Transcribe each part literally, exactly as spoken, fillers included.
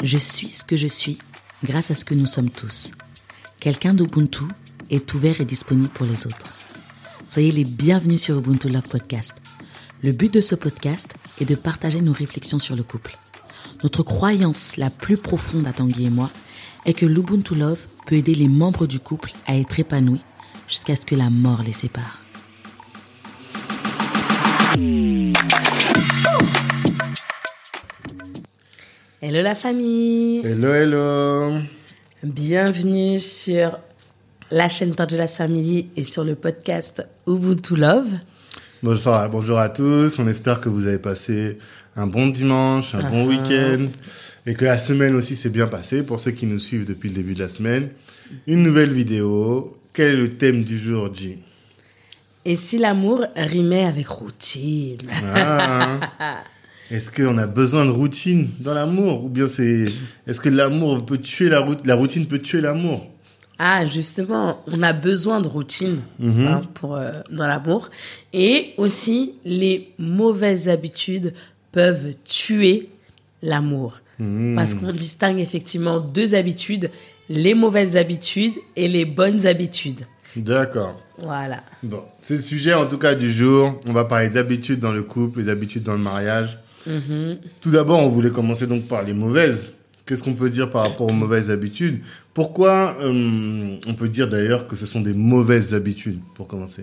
Je suis ce que je suis grâce à ce que nous sommes tous. Quelqu'un d'Ubuntu est ouvert et disponible pour les autres. Soyez les bienvenus sur Ubuntu Love Podcast. Le but de ce podcast est de partager nos réflexions sur le couple. Notre croyance la plus profonde à Tanguy et moi est que l'Ubuntu Love peut aider les membres du couple à être épanouis jusqu'à ce que la mort les sépare. Hello la famille. Hello, hello. Bienvenue sur la chaîne Torgelas Family et sur le podcast Ubuntu Love. Bonsoir, bonjour à tous. On espère que vous avez passé un bon dimanche, un uh-huh. bon week-end et que la semaine aussi s'est bien passée pour ceux qui nous suivent depuis le début de la semaine. Une nouvelle vidéo. Quel est le thème du jour, G? Et si l'amour rimait avec routine? Ah. Est-ce qu'on a besoin de routine dans l'amour? Ou bien c'est... Est-ce que l'amour peut tuer la routine? La routine peut tuer l'amour? Ah, justement, on a besoin de routine mm-hmm. hein, pour, euh, dans l'amour. Et aussi, les mauvaises habitudes peuvent tuer l'amour. Mm. Parce qu'on distingue effectivement deux habitudes, les mauvaises habitudes et les bonnes habitudes. D'accord. Voilà. Bon, c'est le sujet en tout cas du jour. On va parler d'habitudes dans le couple et d'habitudes dans le mariage. Mm-hmm. Tout d'abord, on voulait commencer donc par les mauvaises. Qu'est-ce qu'on peut dire par rapport aux mauvaises habitudes? Pourquoi euh, on peut dire d'ailleurs que ce sont des mauvaises habitudes, pour commencer?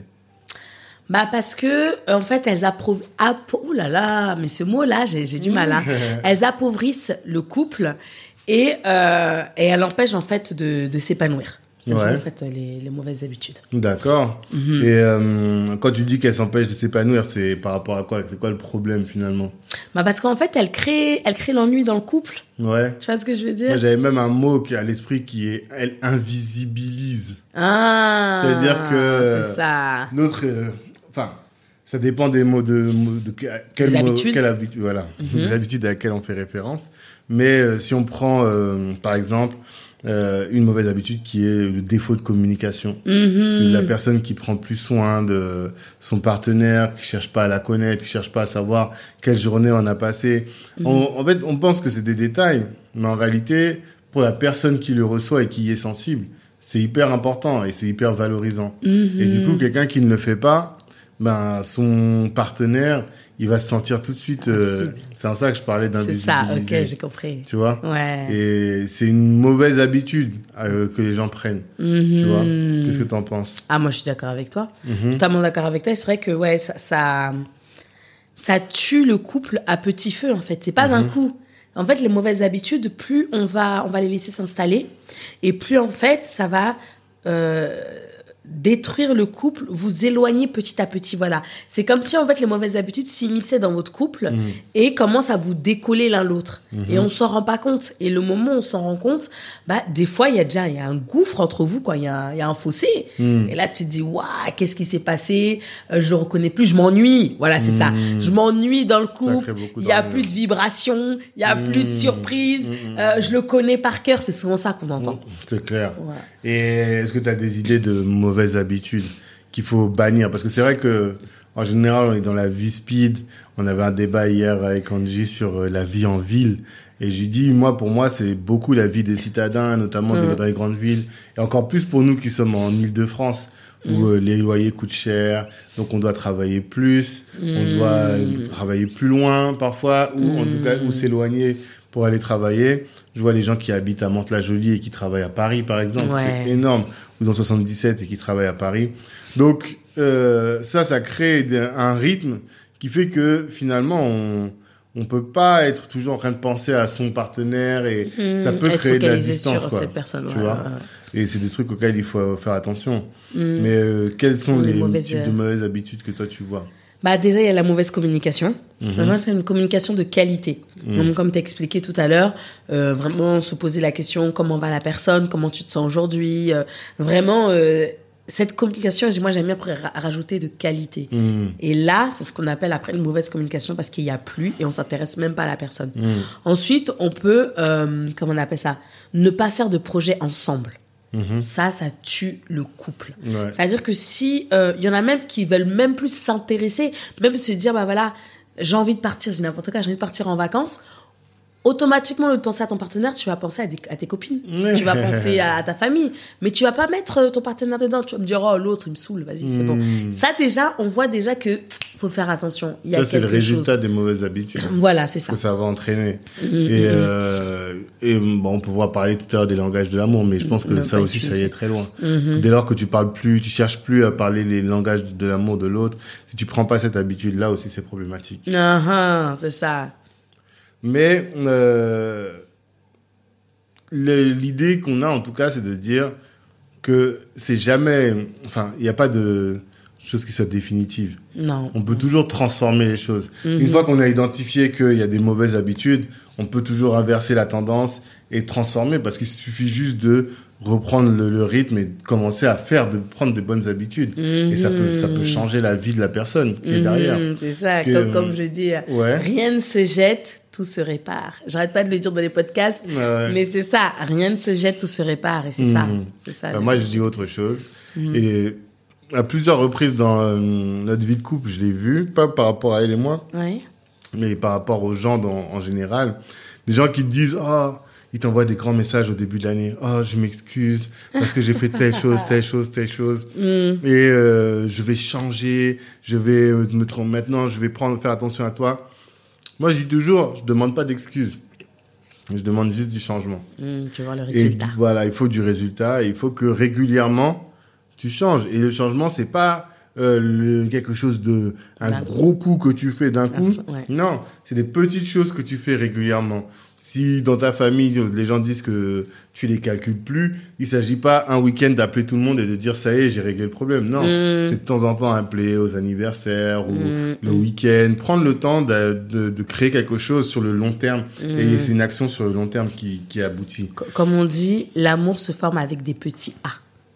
Bah parce que en fait elles appauvrissent. App- Ouh là là, mais ce mot-là, j'ai, j'ai du mal. Hein. Elles appauvrissent le couple et euh, et elles empêchent en fait de, de s'épanouir. C'est ouais. en fait les, les mauvaises habitudes. D'accord. Mm-hmm. Et euh, quand tu dis qu'elles s'empêchent de s'épanouir, c'est par rapport à quoi? C'est quoi le problème finalement? Bah parce qu'en fait, elles créent, elles créent l'ennui dans le couple. Ouais. Tu vois ce que je veux dire? Moi, j'avais même un mot qui est à l'esprit qui est elle invisibilise. Ah. C'est-à-dire que c'est ça. Notre, enfin, euh, ça dépend des mots de, de, de quel des mot, habitudes. quelle habitude, voilà, mm-hmm. de l'habitude à laquelle on fait référence. Mais euh, si on prend, euh, par exemple. Euh, une mauvaise habitude qui est le défaut de communication. Mm-hmm. La personne qui prend plus soin de son partenaire, qui cherche pas à la connaître, qui cherche pas à savoir quelle journée on a passé. Mm-hmm. On, en fait, on pense que c'est des détails, mais en réalité, pour la personne qui le reçoit et qui y est sensible, c'est hyper important et c'est hyper valorisant. Mm-hmm. Et du coup, quelqu'un qui ne le fait pas, ben, son partenaire, il va se sentir tout de suite... Euh, c'est en ça que je parlais d'invisibiliser. C'est ça, ok, j'ai compris. Tu vois? Ouais. Et c'est une mauvaise habitude euh, que les gens prennent. Mm-hmm. Tu vois? Qu'est-ce que t'en penses? Ah, moi, je suis d'accord avec toi. Mm-hmm. Totalement d'accord avec toi. Et c'est vrai que, ouais, ça, ça, ça tue le couple à petit feu, en fait. C'est pas mm-hmm. d'un coup. En fait, les mauvaises habitudes, plus on va, on va les laisser s'installer, et plus, en fait, ça va... Euh, détruire le couple, vous éloigner petit à petit, voilà. C'est comme si, en fait, les mauvaises habitudes s'immisçaient dans votre couple mmh. et commencent à vous décoller l'un l'autre. Mmh. Et on s'en rend pas compte. Et le moment où on s'en rend compte, bah, des fois, il y a déjà, il y a un gouffre entre vous, quoi. Il y a, il y a un fossé. Mmh. Et là, tu te dis, waouh, qu'est-ce qui s'est passé? Euh, je le reconnais plus, je m'ennuie. Voilà, c'est mmh. ça. Je m'ennuie dans le couple. Il y a plus de vibrations, il y a mmh. plus de surprises. Mmh. Euh, je le connais par cœur. C'est souvent ça qu'on entend. C'est clair. Ouais. Et est-ce que tu as des idées de mauvaises habitudes qu'il faut bannir? Parce que c'est vrai que en général, on est dans la vie speed. On avait un débat hier avec Angie sur la vie en ville. Et j'ai dit, moi, pour moi, c'est beaucoup la vie des citadins, notamment mmh. dans les grandes villes. Et encore plus pour nous qui sommes en Île-de-France, où mmh. euh, les loyers coûtent cher. Donc, on doit travailler plus. Mmh. On doit euh, travailler plus loin, parfois. Ou, mmh. en tout cas, ou s'éloigner pour aller travailler. Je vois les gens qui habitent à Mantes-la-Jolie et qui travaillent à Paris, par exemple. Ouais. C'est énorme. Ou dans soixante-dix-sept et qui travaillent à Paris. Donc, euh, ça, ça crée un rythme qui fait que, finalement, on on peut pas être toujours en train de penser à son partenaire et mmh. ça peut créer de la distance, sur quoi. Cette personne, tu ouais, vois. Ouais. Et c'est des trucs auxquels il faut faire attention. Mmh. Mais euh, quels sont les, les mauvaises, types de mauvaises habitudes que toi, tu vois? Bah déjà, il y a la mauvaise communication. Mm-hmm. C'est vraiment une communication de qualité. Mm. Donc, comme tu as expliqué tout à l'heure, euh, vraiment se poser la question comment va la personne, comment tu te sens aujourd'hui. Euh, vraiment, euh, cette communication, moi j'aime bien rajouter de qualité. Mm. Et là, c'est ce qu'on appelle après une mauvaise communication parce qu'il n'y a plus et on s'intéresse même pas à la personne. Mm. Ensuite, on peut, euh, comment on appelle ça, ne pas faire de projet ensemble. Mmh. Ça, ça tue le couple. Ouais. C'est-à-dire que si, il euh, y en a même qui veulent même plus s'intéresser, même se dire, bah voilà, j'ai envie de partir, je dis n'importe quoi, j'ai envie de partir en vacances. automatiquement, au lieu de penser à ton partenaire, tu vas penser à, des, à tes copines. Tu vas penser à, à ta famille. Mais tu vas pas mettre ton partenaire dedans. Tu vas me dire, oh, l'autre, il me saoule, vas-y, c'est Mm. bon. Ça, déjà, on voit déjà que faut faire attention. Il y a Ça, c'est le quelque résultat chose. des mauvaises habitudes. Voilà, c'est ça. Que ça va entraîner. Mm, et, mm, euh, et bon, on peut voir parler tout à l'heure des langages de l'amour, mais je pense que Ne ça pas aussi, ça y utiliser. est très loin. Mhm. Dès lors que tu parles plus, tu cherches plus à parler les langages de l'amour de l'autre, si tu prends pas cette habitude-là aussi, c'est problématique. Ah, ah, c'est ça. Mais euh, le- l'idée qu'on a, en tout cas, c'est de dire que c'est jamais... Enfin, il n'y a pas de chose qui soit définitive. Non. On peut toujours transformer les choses. Mhm. Une fois qu'on a identifié qu'il y a des mauvaises habitudes, on peut toujours inverser la tendance et transformer, parce qu'il suffit juste de reprendre le, le rythme et de commencer à faire, de prendre de bonnes habitudes. Mhm. Et ça peut, ça peut changer la vie de la personne qui est derrière. Mhm, c'est ça. Que- Comme, comme je dis, Ouais. rien ne se jette, tout se répare. J'arrête pas de le dire dans les podcasts, Ouais, ouais. mais c'est ça. Rien ne se jette, tout se répare. Et c'est ça. Mhm. C'est ça. Bah, le- moi, je dis autre chose. Mhm. Et à plusieurs reprises dans euh, notre vie de couple, je l'ai vu, pas par rapport à elle et moi, Ouais. mais par rapport aux gens dans- en général. Des gens qui te disent, oh, ils t'envoient des grands messages au début de l'année. Oh, je m'excuse parce que j'ai fait telle chose, telle chose, telle chose. Mhm. Et euh, je vais changer, je vais euh, me tromper maintenant, je vais prendre, faire attention à toi. Moi, je dis toujours, je demande pas d'excuses. Je demande juste du changement. Mhm, tu vois le Et résultat. d- voilà, il faut du résultat. Et il faut que régulièrement, tu changes. Et le changement, c'est pas euh, le, quelque chose de... Un D'un gros coup que tu fais d'un coup. Ouais. Non, c'est des petites choses que tu fais régulièrement. Si dans ta famille, les gens disent que tu les calcules plus, il s'agit pas un week-end d'appeler tout le monde et de dire ça y est, j'ai réglé le problème. Non, Mm. c'est de temps en temps appeler aux anniversaires ou Mm, le mm. week-end, prendre le temps de, de, de créer quelque chose sur le long terme. Mm. Et c'est une action sur le long terme qui, qui aboutit. Co- Comme on dit, l'amour se forme avec des petits A.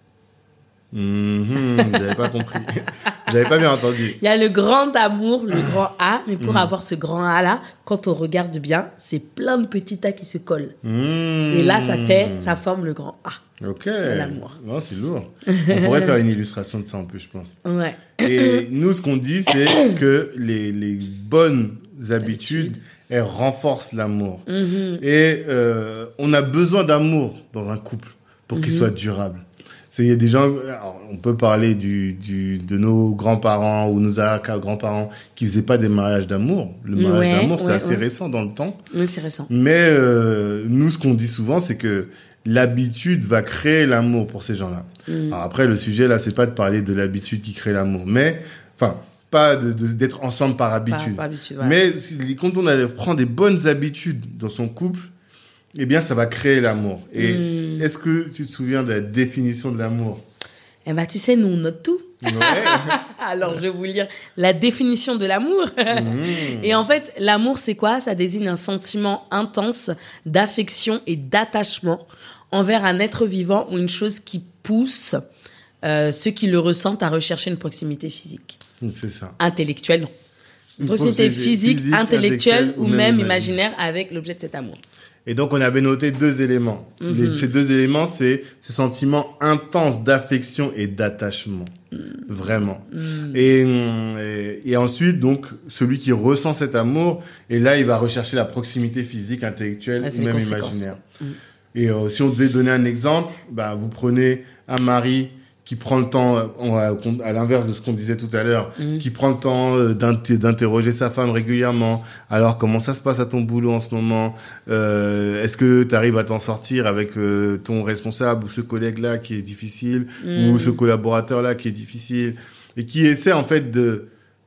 Mhm, j'avais pas compris. J'avais pas bien entendu. Il y a le grand amour, le grand A, mais pour Mm. avoir ce grand A-là, quand on regarde bien, c'est plein de petits A qui se collent. Mhm. Et là, ça fait, ça forme le grand A. Ok. l'amour. Non, c'est lourd. On pourrait faire une illustration de ça en plus, je pense. Ouais. Et nous, ce qu'on dit, c'est que les, les bonnes habitudes, elles renforcent l'amour. Mhm. Et euh, on a besoin d'amour dans un couple pour qu'il Mhm. soit durable. C'est, il y a des gens, alors, on peut parler du, du, de nos grands-parents ou nos grands-parents qui faisaient pas des mariages d'amour. Le mariage Ouais, d'amour, c'est ouais, assez ouais. récent dans le temps. Oui, c'est récent. Mais euh, nous, ce qu'on dit souvent, c'est que l'habitude va créer l'amour pour ces gens-là. Mm. Alors après, le sujet là, c'est pas de parler de l'habitude qui crée l'amour, mais enfin, pas de, de- d'être ensemble par Pas, habitude. pas habitude, voilà. Mais si- quand on a, prend des bonnes habitudes dans son couple, eh bien, ça va créer l'amour. Et Mm. est-ce que tu te souviens de la définition de l'amour? Eh ben, tu sais, nous, on note tout. Ouais. Alors, je vais vous lire la définition de l'amour. Mhm. Et en fait, l'amour, c'est quoi? Ça désigne un sentiment intense d'affection et d'attachement envers un être vivant ou une chose qui pousse euh, ceux qui le ressentent à rechercher une proximité physique. C'est ça. Intellectuelle, non. Une Une proximité proximité physique, physique, intellectuelle intellectuelle ou ou même même imaginaire. imaginaire avec l'objet de cet amour. Et donc, on avait noté deux éléments. Mhm. Les- ces deux éléments, c'est ce sentiment intense d'affection et d'attachement. Vraiment. Mm. Et, et, et ensuite, donc, celui qui ressent cet amour, et là, il va rechercher la proximité physique, intellectuelle, Ah, c'est ou les même conséquences. imaginaire. Mm. Et euh, si on devait donner un exemple, bah, vous prenez un mari qui prend le temps, euh, on va- à l'inverse de ce qu'on disait tout à l'heure, Mm. qui prend le temps euh, d'inter- d'interroger sa femme régulièrement. Alors, comment ça se passe à ton boulot en ce moment? Euh, Est-ce que tu arrives à t'en sortir avec euh, ton responsable ou ce collègue-là qui est difficile, Mm. ou ce collaborateur-là qui est difficile, et qui essaie en fait de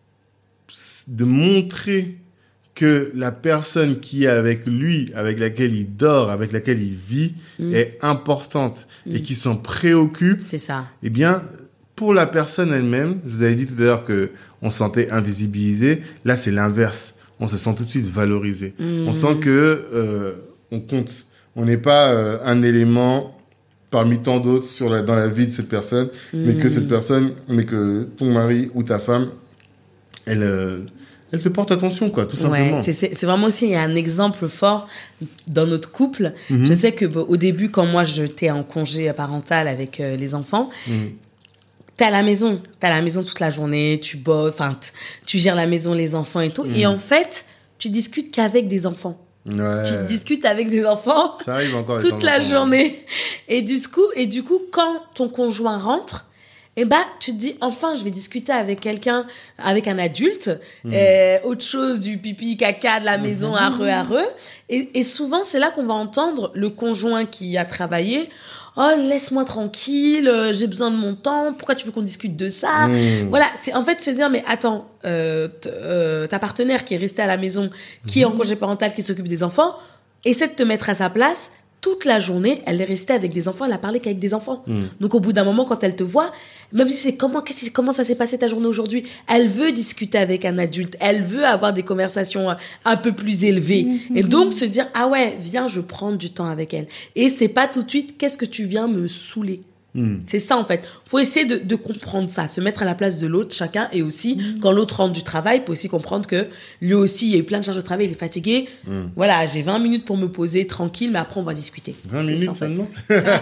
de montrer que la personne qui est avec lui, avec laquelle il dort, avec laquelle il vit, Mm. est importante et Mm. qui s'en préoccupe, C'est ça. eh bien, pour la personne elle-même, je vous avais dit tout à l'heure que on se sentait invisibilisé. Là, c'est l'inverse. On se sent tout de suite valorisé. Mm. On sent que euh, on compte. On n'est pas euh, un élément parmi tant d'autres sur la, dans la vie de cette personne, mais que Mm. cette personne, mais que ton mari ou ta femme, elle, euh, elle te porte attention, quoi, tout simplement. Ouais, c'est, c'est, c'est vraiment aussi, il y a un exemple fort dans notre couple. Mhm. Je sais que bon, au début, quand moi j'étais en congé parental avec euh, les enfants, Mhm. t'es à la maison, t'es à la maison toute la journée, tu bosses, enfin, t- tu gères la maison, les enfants et tout. Et en fait, tu discutes qu'avec des enfants. Ouais. qui discute avec ses enfants Ça arrive encore de toute temps en la temps. journée. Et du coup, et du coup, quand ton conjoint rentre, eh ben, tu te dis, enfin, je vais discuter avec quelqu'un, avec un adulte, Mmh. euh, autre chose du pipi, caca, de la maison, Mmh. areux, areux. Et, et souvent, c'est là qu'on va entendre le conjoint qui a travaillé. Oh, laisse-moi tranquille, euh, j'ai besoin de mon temps, pourquoi tu veux qu'on discute de ça? Mmh. Voilà, c'est en fait se dire, mais attends, euh, t- euh, ta partenaire qui est restée à la maison, qui est en congé parental, qui s'occupe des enfants, essaie de te mettre à sa place. Toute la journée, elle est restée avec des enfants, elle a parlé qu'avec des enfants. Mm. Donc au bout d'un moment, quand elle te voit, même si c'est comment, qu'est-ce, comment ça s'est passé ta journée aujourd'hui, elle veut discuter avec un adulte, elle veut avoir des conversations euh, un peu plus élevées. Mm-hmm. Et donc se dire, ah ouais, viens, je prends du temps avec elle. Et c'est pas tout de suite, qu'est-ce que tu viens me saouler? Mm. C'est ça en fait. Faut essayer de, de comprendre ça, se mettre à la place de l'autre, chacun, et aussi mm. quand l'autre rentre du travail, faut aussi comprendre que lui aussi, il a eu plein de charges de travail, il est fatigué. Mm. Voilà, j'ai vingt minutes pour me poser tranquille, mais après on va discuter. vingt c'est minutes ça, en fait. seulement.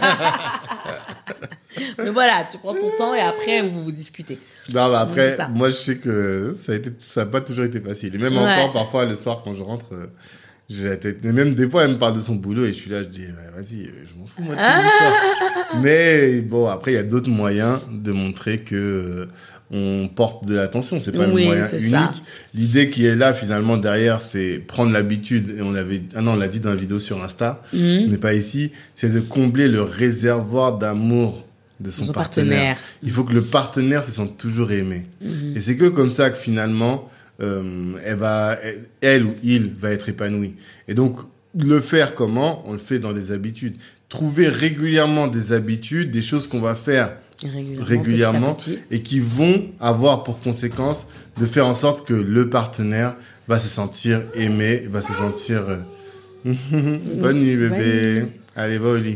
Mais voilà, tu prends ton temps et après vous vous discutez. Non, bah après, moi je sais que ça a été, ça a pas toujours été facile. Et même ouais. encore parfois le soir quand je rentre. Euh... J'ai la tête, mais même des fois, elle me parle de son boulot et je suis là, je dis, ouais, vas-y, je m'en fous, moi, de ah Mais bon, après, il y a d'autres moyens de montrer que euh, on porte de l'attention. C'est pas oui, le moyen unique. Ça. L'idée qui est là, finalement, derrière, c'est prendre l'habitude. Et on avait, ah non, on l'a dit dans la vidéo sur Insta, mm-hmm. on n'est pas ici. C'est de combler le réservoir d'amour de son, son partenaire. partenaire. Il faut que le partenaire se sente toujours aimé. Mm-hmm. Et c'est que comme ça que finalement, Euh, elle va, elle, elle ou il va être épanoui. Et donc, le faire comment? On le fait dans des habitudes. Trouver régulièrement des habitudes, des choses qu'on va faire régulièrement, régulièrement petit petit. Et qui vont avoir pour conséquence de faire en sorte que le partenaire va se sentir aimé, va se sentir... Euh... Bonne nuit, bébé. Bonne nuit. Allez, va au lit.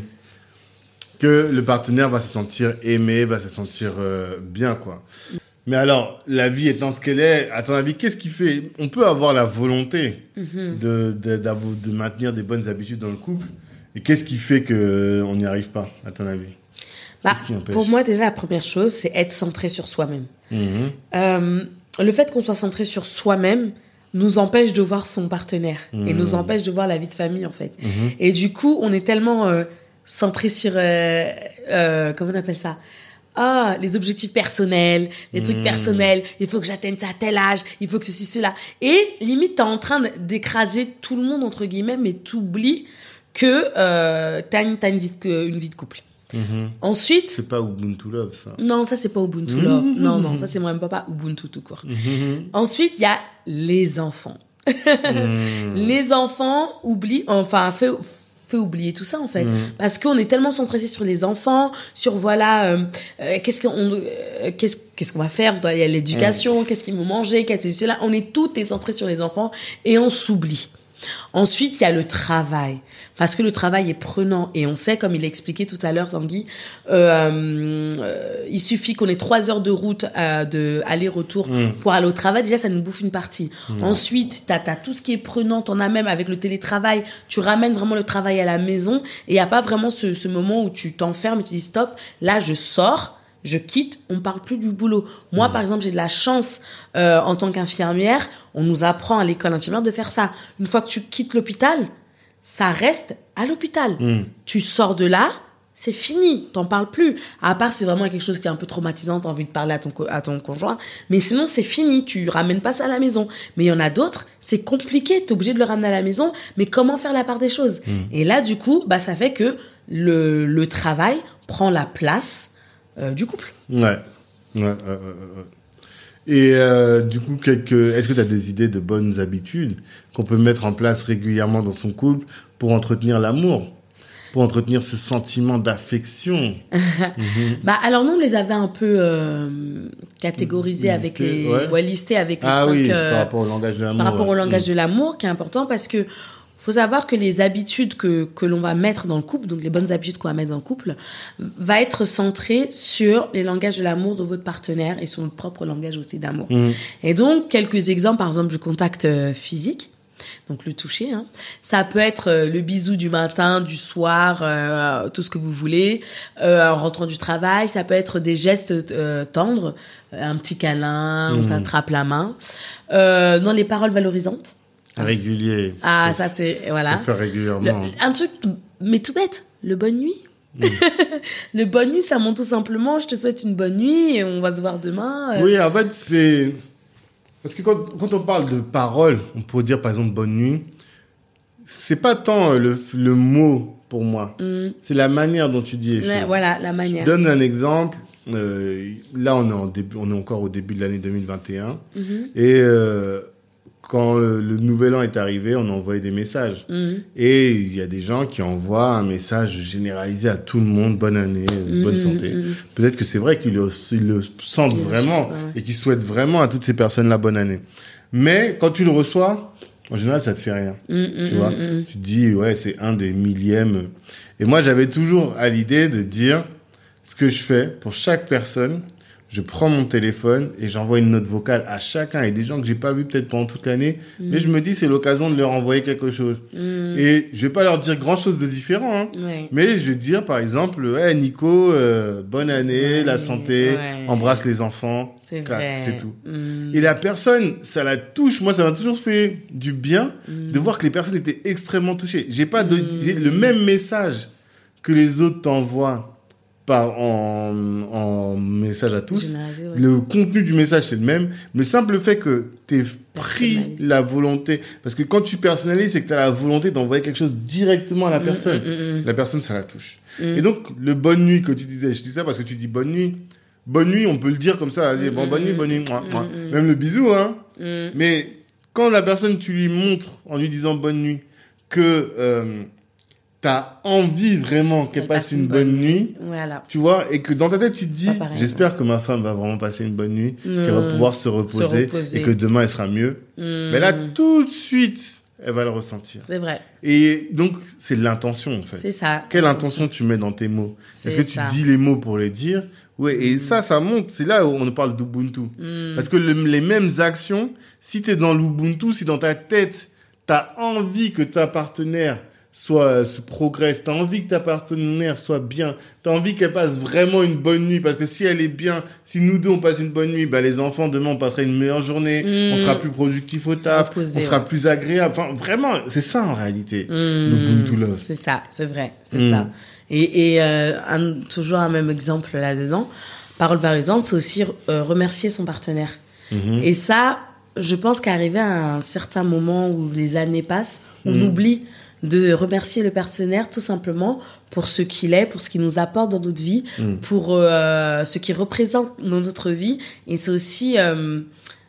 Que le partenaire va se sentir aimé, va se sentir euh, bien, quoi. Mais alors, la vie étant ce qu'elle est, à ton avis, qu'est-ce qui fait... On peut avoir la volonté mm-hmm. de, de, de maintenir des bonnes habitudes dans le couple. Et qu'est-ce qui fait qu'on n'y arrive pas, à ton avis? Bah, pour moi, déjà, la première chose, c'est être centré sur soi-même. Mm-hmm. Euh, le fait qu'on soit centré sur soi-même nous empêche de voir son partenaire. Mm-hmm. Et nous empêche de voir la vie de famille, en fait. Mm-hmm. Et du coup, on est tellement euh, centré sur... Euh, euh, comment on appelle ça? Ah, les objectifs personnels, les trucs mmh. personnels, il faut que j'atteigne ça à tel âge, il faut que ceci, cela. Et limite, t'es en train d'écraser tout le monde, entre guillemets, mais t'oublies que euh, t'as, une, t'as une, vie de, une vie de couple. Mmh. Ensuite... C'est pas Ubuntu Love, ça. Non, ça, c'est pas Ubuntu mmh. Love. Non, non, ça, c'est moi-même pas Ubuntu tout court. Mmh. Ensuite, il y a les enfants. mmh. Les enfants oublient... Enfin, fait... fait oublier tout ça en fait mmh. parce qu'on est tellement centré sur les enfants, sur voilà euh, euh, qu'est-ce qu'on euh, qu'est-ce qu'est-ce qu'on va faire, il y a l'éducation, mmh. qu'est-ce qu'ils vont manger, qu'est-ce que cela, on est tout est centré sur les enfants et on s'oublie. Ensuite, il y a le travail. Parce que le travail est prenant. Et on sait, comme il a expliqué tout à l'heure, Tanguy, euh, euh, il suffit qu'on ait trois heures de route euh, de aller-retour mmh. pour aller au travail. Déjà, ça nous bouffe une partie. Mmh. Ensuite, t'as, t'as tout ce qui est prenant. T'en as même avec le télétravail. Tu ramènes vraiment le travail à la maison. Et il n'y a pas vraiment ce, ce moment où tu t'enfermes et tu dis stop. Là, je sors. Je quitte, on parle plus du boulot. Moi, mmh. par exemple, j'ai de la chance euh, en tant qu'infirmière. On nous apprend à l'école infirmière de faire ça. Une fois que tu quittes l'hôpital, ça reste à l'hôpital. Mmh. Tu sors de là, c'est fini. T'en parles plus. À part si c'est vraiment quelque chose qui est un peu traumatisant, t'as envie de parler à ton, à ton conjoint. Mais sinon, c'est fini. Tu ramènes pas ça à la maison. Mais il y en a d'autres, c'est compliqué. T'es obligé de le ramener à la maison. Mais comment faire la part des choses? Mmh. Et là, du coup, bah, ça fait que le, le travail prend la place Euh, du couple. Ouais. ouais, ouais, ouais, ouais. Et euh, du coup, quelques... est-ce que tu as des idées de bonnes habitudes qu'on peut mettre en place régulièrement dans son couple pour entretenir l'amour, pour entretenir ce sentiment d'affection? mm-hmm. Bah alors nous, on les avait un peu euh, catégorisés listé, avec les, ouais. Ouais, listés avec les ah cinq. Oui, euh, par rapport au langage de l'amour. Par rapport ouais. au langage mm. de l'amour, qui est important parce que faut savoir que les habitudes que, que l'on va mettre dans le couple, donc les bonnes habitudes qu'on va mettre dans le couple, va être centré sur les langages de l'amour de votre partenaire et sur notre propre langage aussi d'amour. Mmh. Et donc, quelques exemples, par exemple, du contact euh, physique. Donc, le toucher, hein. Ça peut être euh, le bisou du matin, du soir, euh, tout ce que vous voulez, euh, en rentrant du travail. Ça peut être des gestes euh, tendres, un petit câlin, mmh. on s'attrape la main. Euh, dans les paroles valorisantes. Régulier. Ah, ça, c'est... Voilà. Faut faire régulièrement. Le, un truc, mais tout bête, le bonne nuit. Mmh. Le bonne nuit, ça montre tout simplement, je te souhaite une bonne nuit et on va se voir demain. Euh... Oui, en fait, c'est... Parce que quand, quand on parle de paroles, on pourrait dire par exemple bonne nuit, c'est pas tant le, le mot pour moi, mmh. c'est la manière dont tu dis les ouais, choses. Voilà, la manière. Je donne un exemple. Euh, là, on est, en début, on est encore au début de l'année deux mille vingt et un. Mmh. Et euh, quand le, le nouvel an est arrivé, on a envoyé des messages. Mmh. Et il y a des gens qui envoient un message généralisé à tout le monde, bonne année, mmh. bonne santé. Mmh. Peut-être que c'est vrai qu'ils le, ils le sentent mmh. vraiment ouais. et qu'ils souhaitent vraiment à toutes ces personnes-là bonne année. Mais quand tu le reçois, en général, ça te fait rien. Mmh. Tu vois, mmh. tu te dis, ouais, c'est un des millièmes. Et moi, j'avais toujours à l'idée de dire, ce que je fais pour chaque personne, je prends mon téléphone et j'envoie une note vocale à chacun et des gens que j'ai pas vus peut-être pendant toute l'année, mmh. mais je me dis c'est l'occasion de leur envoyer quelque chose. Mmh. Et je vais pas leur dire grand chose de différent, hein, ouais. mais je vais dire par exemple, ouais Nico, euh, bonne année, ouais, la santé, ouais. embrasse les enfants, c'est, clac, vrai. c'est tout. Mmh. Et la personne, ça la touche. Moi, ça m'a toujours fait du bien mmh. de voir que les personnes étaient extrêmement touchées. J'ai pas de, mmh. j'ai le même message que les autres t'envoient. Par en, en message à tous. Ouais. Le contenu du message, c'est le même. Le simple fait que tu aies pris la volonté... Parce que quand tu personnalises, c'est que tu as la volonté d'envoyer quelque chose directement à la personne. Mmh, mmh, mmh. La personne, ça la touche. Mmh. Et donc, le bonne nuit que tu disais, je dis ça parce que tu dis bonne nuit. Bonne nuit, on peut le dire comme ça. Vas-y, mmh, bon, bonne nuit, bonne nuit. Mouah, mouah. Mmh. Même le bisou, hein. Mmh. Mais quand la personne, tu lui montres en lui disant bonne nuit que... Euh, t'as envie vraiment qu'elle passe, passe une, une bonne, bonne nuit, voilà. tu vois, et que dans ta tête, tu te dis, pareil, j'espère ouais. que ma femme va vraiment passer une bonne nuit, mmh. qu'elle va pouvoir se reposer, se reposer, et que demain, elle sera mieux. Mmh. Mais là, tout de suite, elle va le ressentir. C'est vrai. Et donc, c'est l'intention, en fait. C'est ça. Quelle intention, intention tu mets dans tes mots? C'est Est-ce que ça. tu dis les mots pour les dire? Ouais, mmh. et ça, ça monte. C'est là où on parle d'Ubuntu. Mmh. Parce que le, les mêmes actions, si t'es dans l'Ubuntu, si dans ta tête, t'as envie que ta partenaire soit se progresse, t'as envie que ta partenaire soit bien, t'as envie qu'elle passe vraiment une bonne nuit, parce que si elle est bien, si nous deux on passe une bonne nuit, bah les enfants demain on passera une meilleure journée, mmh. on sera plus productif au taf, Reposer, on sera ouais. plus agréable, enfin vraiment c'est ça en réalité, mmh. l'Ubuntu Love. C'est ça, c'est vrai, c'est mmh. ça. Et, et euh, un, toujours un même exemple là-dedans, parole valorisante, c'est aussi euh, remercier son partenaire. Mmh. Et ça, je pense qu'arrivé à un certain moment où les années passent, on mmh. oublie de remercier le partenaire tout simplement pour ce qu'il est, pour ce qu'il nous apporte dans notre vie, mmh. pour euh, ce qu'il représente dans notre vie. Et c'est aussi euh,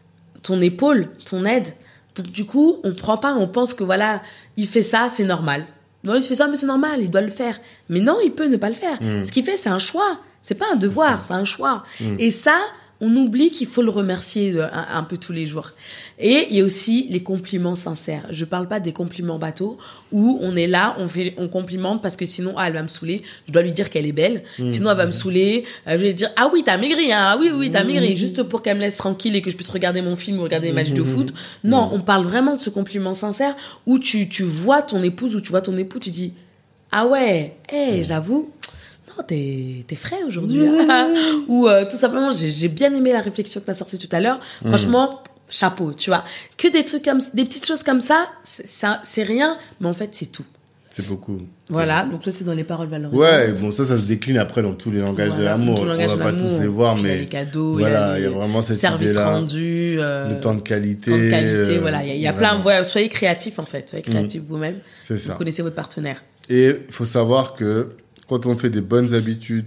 ton épaule, ton aide. Donc du coup, on prend pas, on pense que voilà, il fait ça, c'est normal. Non, il fait ça, mais c'est normal, il doit le faire. Mais non, il peut ne pas le faire. Mmh. Ce qu'il fait, c'est un choix. C'est pas un devoir, c'est, c'est un choix. Mmh. Et ça, on oublie qu'il faut le remercier un, un peu tous les jours. Et il y a aussi les compliments sincères. Je parle pas des compliments bateaux où on est là, on fait, on complimente parce que sinon, ah, elle va me saouler. Je dois lui dire qu'elle est belle. Mmh. Sinon, elle va me saouler. Euh, je vais lui dire, ah oui, t'as maigri, hein. Ah oui, oui, t'as maigri. Mmh. Juste pour qu'elle me laisse tranquille et que je puisse regarder mon film ou regarder des matchs de foot. Non, mmh. on parle vraiment de ce compliment sincère où tu, tu vois ton épouse ou tu vois ton époux, tu dis, ah ouais, hey, mmh. j'avoue. Oh, t'es, t'es frais aujourd'hui. Hein. Ou euh, tout simplement, j'ai, j'ai bien aimé la réflexion que t'as sortie tout à l'heure. Mmh. Franchement, chapeau, tu vois. Que des trucs comme, des petites choses comme ça, c'est, ça, c'est rien, mais en fait, c'est tout. C'est beaucoup. Voilà, c'est... donc ça, c'est dans les paroles valorisantes. Ouais, bon, ça, ça se décline après dans tous les langages voilà, de l'amour. On va pas tous les voir, mais. Il y a les cadeaux, voilà, il y a, les... il y a vraiment cette service idée-là. rendu. Euh... Le temps de qualité. Temps de qualité, euh... voilà. Il y a, il y a plein, voilà, soyez créatifs, en fait. Soyez créatifs mmh. vous-même. C'est ça. Vous connaissez votre partenaire. Et il faut savoir que quand on fait des bonnes habitudes,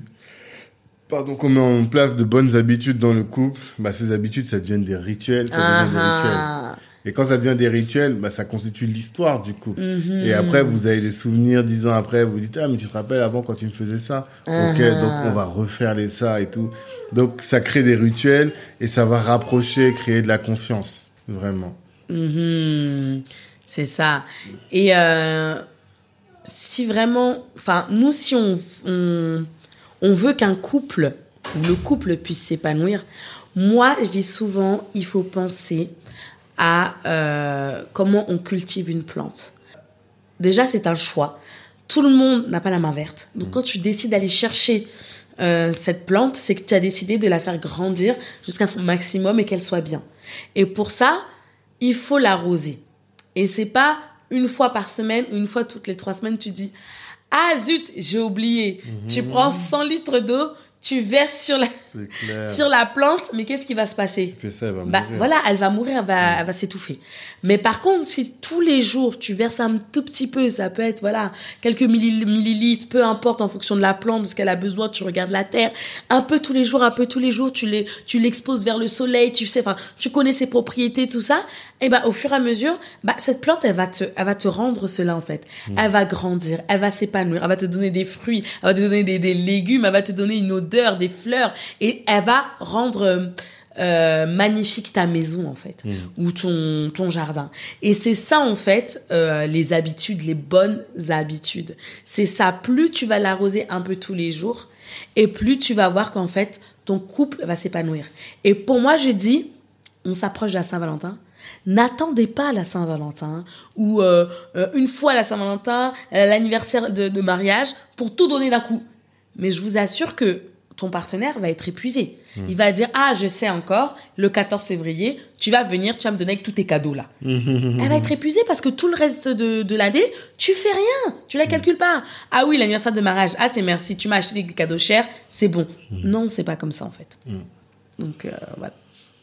pardon, qu'on met en place de bonnes habitudes dans le couple, bah, ces habitudes, ça devient des rituels, ça ah devient des rituels. Et quand ça devient des rituels, bah, ça constitue l'histoire du couple. Mm-hmm. Et après, vous avez des souvenirs dix ans après, vous dites, ah, mais tu te rappelles avant quand tu me faisais ça? Uh-huh. Ok, donc on va refaire les ça et tout. Donc, ça crée des rituels et ça va rapprocher, créer de la confiance. Vraiment. Mm-hmm. C'est ça. Et, euh, si vraiment, enfin, nous, si on, on, on veut qu'un couple, le couple puisse s'épanouir, moi, je dis souvent, il faut penser à euh, comment on cultive une plante. Déjà, c'est un choix. Tout le monde n'a pas la main verte. Donc, mmh. quand tu décides d'aller chercher euh, cette plante, c'est que tu as décidé de la faire grandir jusqu'à son maximum et qu'elle soit bien. Et pour ça, il faut l'arroser. Et c'est pas une fois par semaine ou une fois toutes les trois semaines, tu dis « Ah zut, j'ai oublié mmh. !» Tu prends cent litres d'eau, tu verses sur la, sur la plante, mais qu'est-ce qui va se passer? Tu fais ça, elle va bah, mourir. Voilà, elle va mourir, elle va, mmh. elle va s'étouffer. Mais par contre, si tous les jours, tu verses un tout petit peu, ça peut être voilà quelques milli- millilitres, peu importe, en fonction de la plante, de ce qu'elle a besoin, tu regardes la terre, un peu tous les jours, un peu tous les jours, tu, les, tu l'exposes vers le soleil, tu sais, enfin, tu connais ses propriétés, tout ça, et bah, au fur et à mesure, bah, cette plante, elle va te, elle va te rendre cela, en fait. Mmh. Elle va grandir, elle va s'épanouir, elle va te donner des fruits, elle va te donner des, des légumes, elle va te donner une odeur, des fleurs, et elle va rendre euh, magnifique ta maison en fait, mmh. ou ton ton jardin. Et c'est ça en fait euh, les habitudes, les bonnes habitudes. C'est ça. Plus tu vas l'arroser un peu tous les jours, et plus tu vas voir qu'en fait ton couple va s'épanouir. Et pour moi, je dis, on s'approche de la Saint-Valentin. N'attendez pas la Saint-Valentin ou euh, euh, une fois la Saint-Valentin, l'anniversaire de, de mariage pour tout donner d'un coup. Mais je vous assure que ton partenaire va être épuisé. Mmh. Il va dire « Ah, je sais encore, le quatorze février, tu vas venir, tu vas me donner avec tous tes cadeaux là. Mmh. » Elle va être épuisée parce que tout le reste de, de l'année, tu fais rien. Tu la calcules pas. Ah oui, l'anniversaire de mariage, ah c'est merci, tu m'as acheté des cadeaux chers, c'est bon. Mmh. Non, c'est pas comme ça en fait. Mmh. Donc euh, voilà.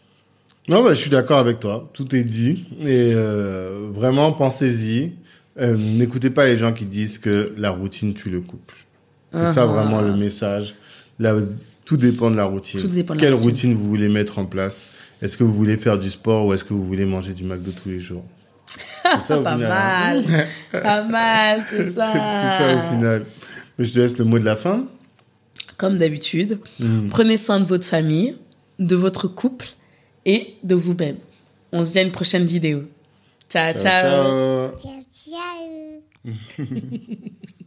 Non, bah, je suis d'accord avec toi. Tout est dit. Et euh, vraiment, pensez-y. Euh, n'écoutez pas les gens qui disent que la routine tue le couple. C'est uh-huh. ça vraiment le message. Là, tout dépend de la routine. Tout dépend de Quelle la routine. routine vous voulez mettre en place? Est-ce que vous voulez faire du sport ou est-ce que vous voulez manger du McDo tous les jours? C'est ça au pas final. Mal. Hein. Pas mal, c'est ça. C'est ça au final. Mais je te laisse le mot de la fin. Comme d'habitude, mmh. prenez soin de votre famille, de votre couple et de vous-même. On se dit à une prochaine vidéo. Ciao, ciao. Ciao, ciao. Ciao, ciao.